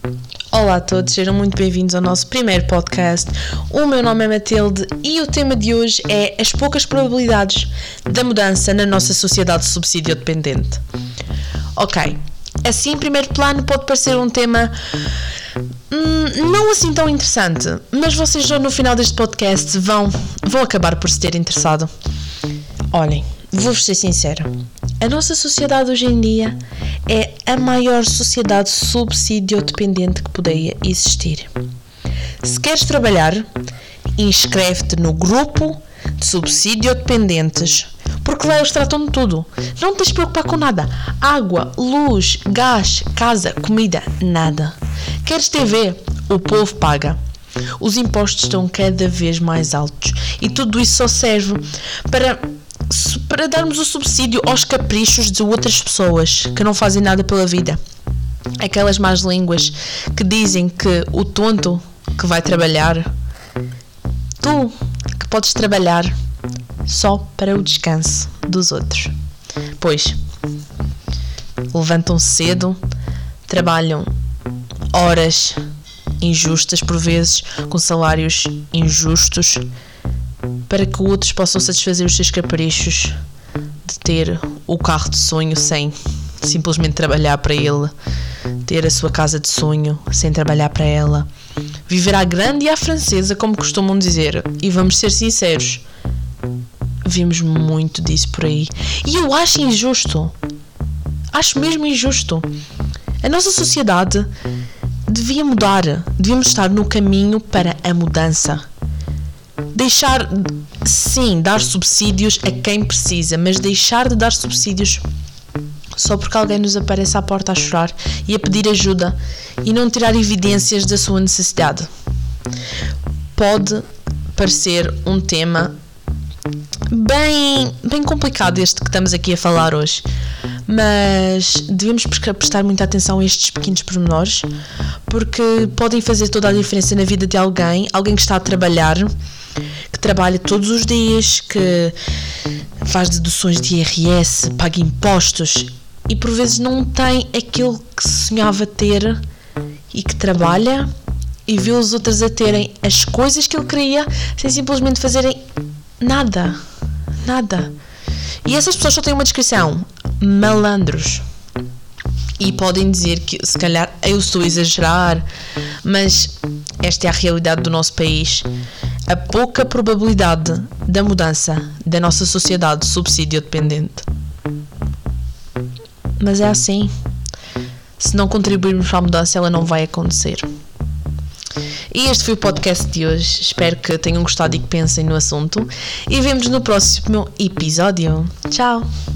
Olá a todos, sejam muito bem-vindos ao nosso primeiro podcast. O meu nome é Matilde e o tema de hoje é as poucas probabilidades da mudança na nossa sociedade subsídio-dependente. Ok, assim em primeiro plano pode parecer um tema não assim tão interessante, mas vocês já no final deste podcast vão acabar por se ter interessado. Olhem, vou-vos ser sincera, a nossa sociedade hoje em dia é a maior sociedade subsídio-dependente que poderia existir. Se queres trabalhar, inscreve-te no grupo de subsídio-dependentes, porque lá eles tratam de tudo. Não tens de preocupar com nada. Água, luz, gás, casa, comida, nada. Queres TV? O povo paga. Os impostos estão cada vez mais altos e tudo isso só serve para darmos o subsídio aos caprichos de outras pessoas que não fazem nada pela vida. Aquelas más línguas que dizem que o tonto que vai trabalhar, tu que podes trabalhar só para o descanso dos outros. Pois, levantam-se cedo, trabalham horas injustas por vezes, com salários injustos, para que outros possam satisfazer os seus caprichos de ter o carro de sonho sem simplesmente trabalhar para ele, ter a sua casa de sonho sem trabalhar para ela, viver à grande e à francesa, como costumam dizer. E vamos ser sinceros, vimos muito disso por aí. E eu acho injusto. Acho mesmo injusto. A nossa sociedade devia mudar. Devíamos estar no caminho para a mudança. Deixar, sim, dar subsídios a quem precisa, mas deixar de dar subsídios só porque alguém nos aparece à porta a chorar e a pedir ajuda e não tirar evidências da sua necessidade. Pode parecer um tema bem complicado este que estamos aqui a falar hoje, mas devemos prestar muita atenção a estes pequenos pormenores, porque podem fazer toda a diferença na vida de alguém que está a trabalhar, que trabalha todos os dias, que faz deduções de IRS, paga impostos e por vezes não tem aquilo que sonhava ter e que trabalha e vê os outros a terem as coisas que ele queria sem simplesmente fazerem nada. E essas pessoas só têm uma descrição: malandros. E podem dizer que se calhar eu estou a exagerar, mas esta é a realidade do nosso país. A pouca probabilidade da mudança da nossa sociedade subsídio-dependente. Mas é assim. Se não contribuirmos para a mudança, ela não vai acontecer. E este foi o podcast de hoje. Espero que tenham gostado e que pensem no assunto. E vemo-nos no próximo episódio. Tchau!